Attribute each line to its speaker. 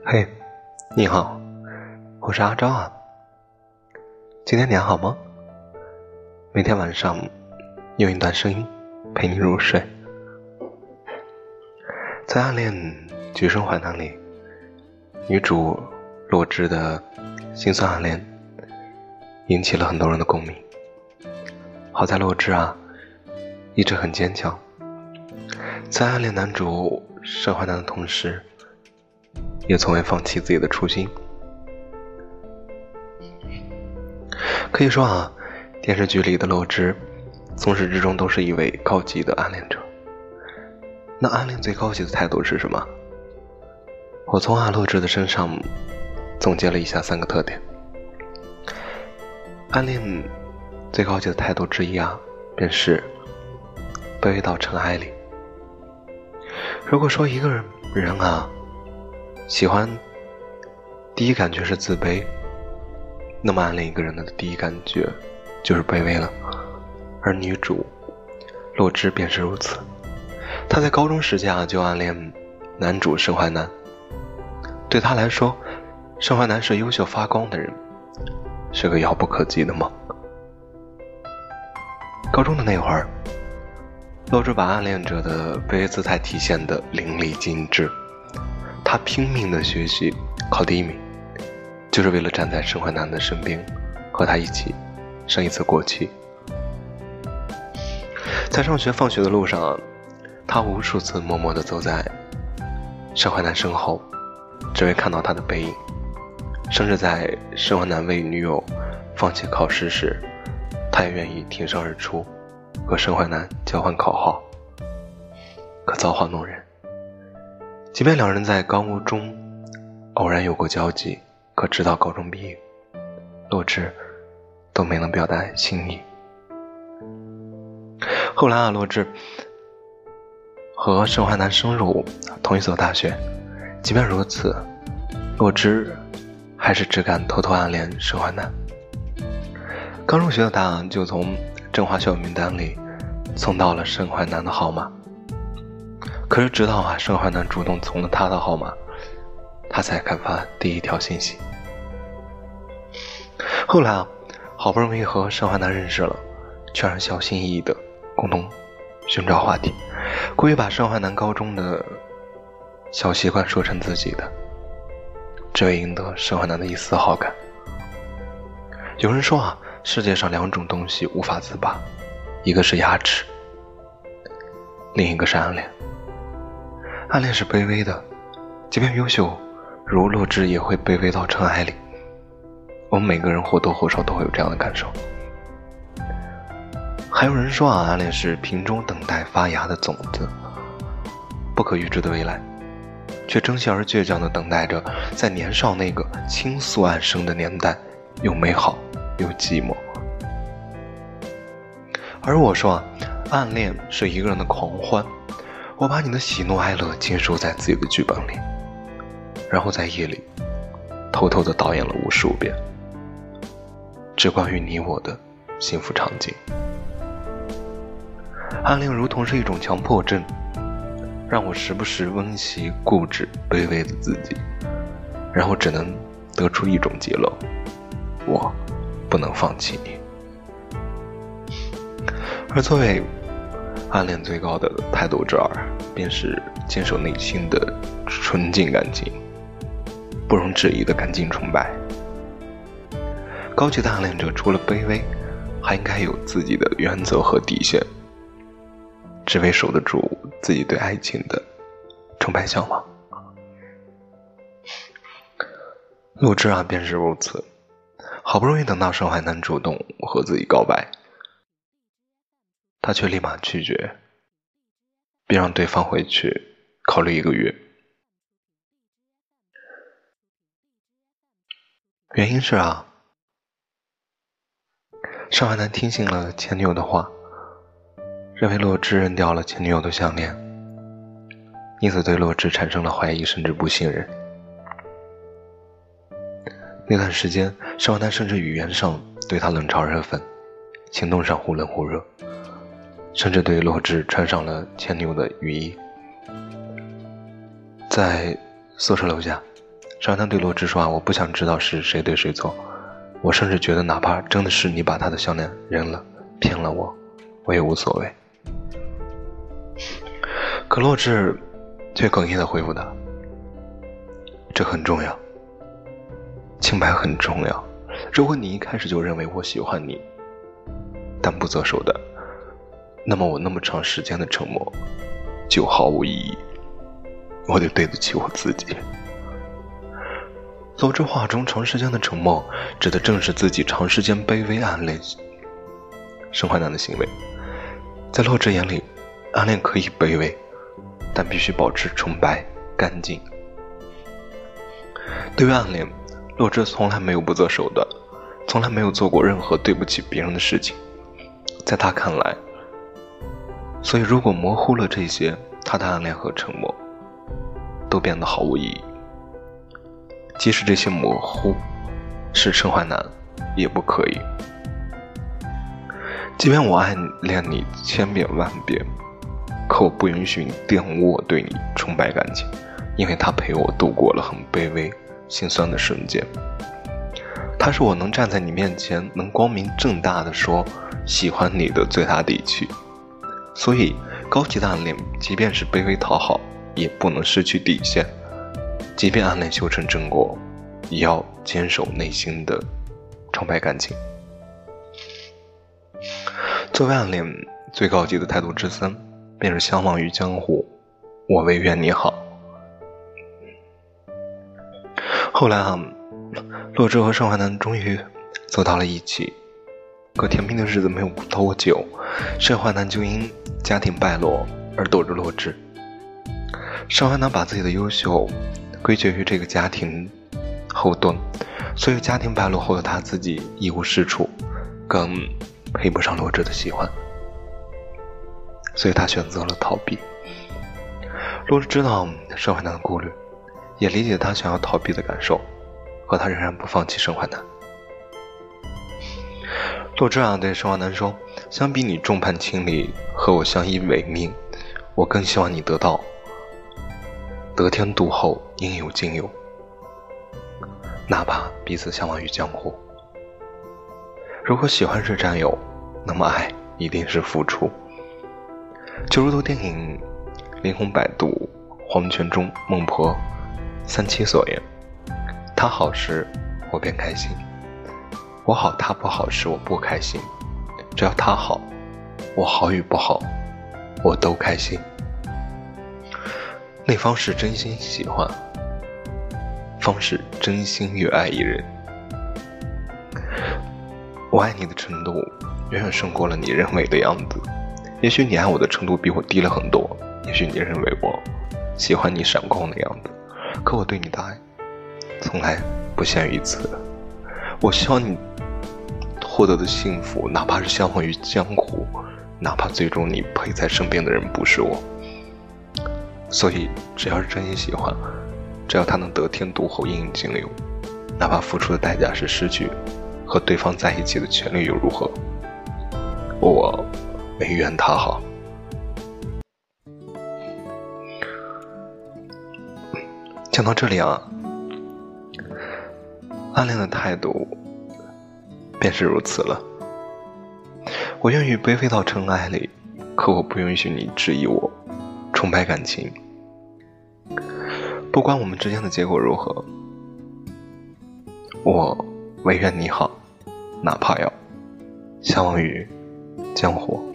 Speaker 1: 嘿，你好，我是阿昭啊。今天你还好吗？每天晚上用一段声音陪你入睡。在《暗恋橘生淮南》里，女主洛枳的心酸暗恋引起了很多人的共鸣。好在洛枳一直很坚强，在暗恋男主盛淮南的同时，也从未放弃自己的初心。可以说电视剧里的洛枳从始至终都是一位高级的暗恋者。那暗恋最高级的态度是什么？我从洛枳的身上总结了以下3个特点。暗恋最高级的态度之一便是卑微到尘埃里。如果说一个人喜欢第一感觉是自卑，那么暗恋一个人的第一感觉就是卑微了。而女主洛枳便是如此。她在高中时期就暗恋男主盛淮南。对她来说，盛淮南是优秀发光的人，是个遥不可及的梦。高中的那会儿，洛枳把暗恋者的卑微姿态体现得淋漓尽致。他拼命的学习，考第1名，就是为了站在盛淮南的身边，和他一起升一次国旗。在上学放学的路上，他无数次默默地走在盛淮南身后，只为看到他的背影。甚至在盛淮南为女友放弃考试时，他也愿意挺身而出，和盛淮南交换口号。可造化弄人，即便两人在高中偶然有过交集，可直到高中毕业，洛枳都没能表达心意。后来洛枳和盛淮南升入同一所大学，即便如此，洛枳还是只敢偷偷暗恋盛淮南。刚入学的他就从振华校友名单里蹭到了盛淮南的号码。可是直到盛淮南主动从了他的号码，他才敢发第一条信息。后来好不容易和盛淮南认识了，却让小心翼翼的共同寻找话题，故意把盛淮南高中的小习惯说成自己的，只为赢得盛淮南的一丝好感。有人说世界上2种东西无法自拔，一个是牙齿，另一个是暗恋。暗恋是卑微的，即便优秀如洛枳也会卑微到尘埃里。我们每个人或多或少都会有这样的感受。还有人说暗恋是瓶中等待发芽的种子，不可预知的未来，却珍惜而倔强地等待着在年少那个倾诉暗生的年代，又美好又寂寞。而我说暗恋是一个人的狂欢，我把你的喜怒哀乐尽收在自己的剧本里，然后在夜里偷偷地导演了无数遍，只关于你我的幸福场景。暗恋如同是一种强迫症，让我时不时温习固执卑微的自己，然后只能得出一种结论：我不能放弃你。而作为暗恋最高的态度之2，便是坚守内心的纯净感情，不容置疑的干净崇拜。高级的暗恋者除了卑微，还应该有自己的原则和底线，只为守得住自己对爱情的崇拜向往。洛枳便是如此，好不容易等到盛淮南主动和自己告白，他却立马拒绝，并让对方回去考虑1个月。原因是盛淮南听信了前女友的话，认为洛枳扔掉了前女友的项链，因此对洛枳产生了怀疑甚至不信任。那段时间，盛淮南甚至语言上对他冷嘲热讽，行动上忽冷忽热，甚至对洛枳穿上了前女友的雨衣。在宿舍楼下， 少男对罗志说我不想知道是谁对谁错，我甚至觉得哪怕真的是你把他的项链扔了，骗了我也无所谓。可洛志却哽咽地回复他，这很重要，清白很重要。如果你一开始就认为我喜欢你，但不择手段，那么我那么长时间的沉默就毫无意义，我得对得起我自己。罗志话中长时间的沉默，指的正是自己长时间卑微暗恋盛淮南的行为。在洛志眼里，暗恋可以卑微，但必须保持纯白干净。对于暗恋，洛志从来没有不择手段，从来没有做过任何对不起别人的事情。在他看来，所以如果模糊了这些，他的暗恋和沉默都变得毫无意义。即使这些模糊是盛淮南，也不可以。即便我爱恋你千遍万遍，可我不允许你玷污我对你崇拜感情，因为他陪我度过了很卑微心酸的瞬间。他是我能站在你面前能光明正大的说喜欢你的最大底气。所以高级的暗恋即便是卑微讨好，也不能失去底线。即便暗恋修成正果，也要坚守内心的崇拜感情。作为暗恋最高级的态度之三，便是相忘于江湖，我唯愿你好。后来洛志和盛淮南终于走到了一起，可甜蜜的日子没有多久，盛淮南就因家庭败落而躲着洛志。盛淮南把自己的优秀归结于这个家庭后盾，所以家庭败落后的他自己一无是处，更配不上洛志的喜欢，所以他选择了逃避。洛志知道盛淮南的顾虑，也理解他想要逃避的感受，可他仍然不放弃盛淮南。洛志对盛淮南说，相比你众叛亲离和我相依为命，我更希望你得到得天独厚，应有尽有，哪怕彼此相忘于江湖。如果喜欢是占有，那么爱一定是付出。就如同电影《灵魂摆渡》黄泉中孟婆三七所言，他好时我便开心，我好他不好时我不开心，只要他好，我好与不好我都开心。那方是真心喜欢，方是真心越爱一人。我爱你的程度远远胜过了你认为的样子，也许你爱我的程度比我低了很多，也许你认为我喜欢你闪光的样子，可我对你的爱从来不限于此。我希望你获得的幸福，哪怕是相忘于江湖，哪怕最终你陪在身边的人不是我。所以只要是真心喜欢，只要他能得天独厚，应有尽有，哪怕付出的代价是失去和对方在一起的权利又如何，我唯愿他好。讲到这里暗恋的态度便是如此了。我愿意卑微到尘埃里，可我不允许你质疑我崇拜感情。不管我们之间的结果如何，我唯愿你好，哪怕要相忘于江湖。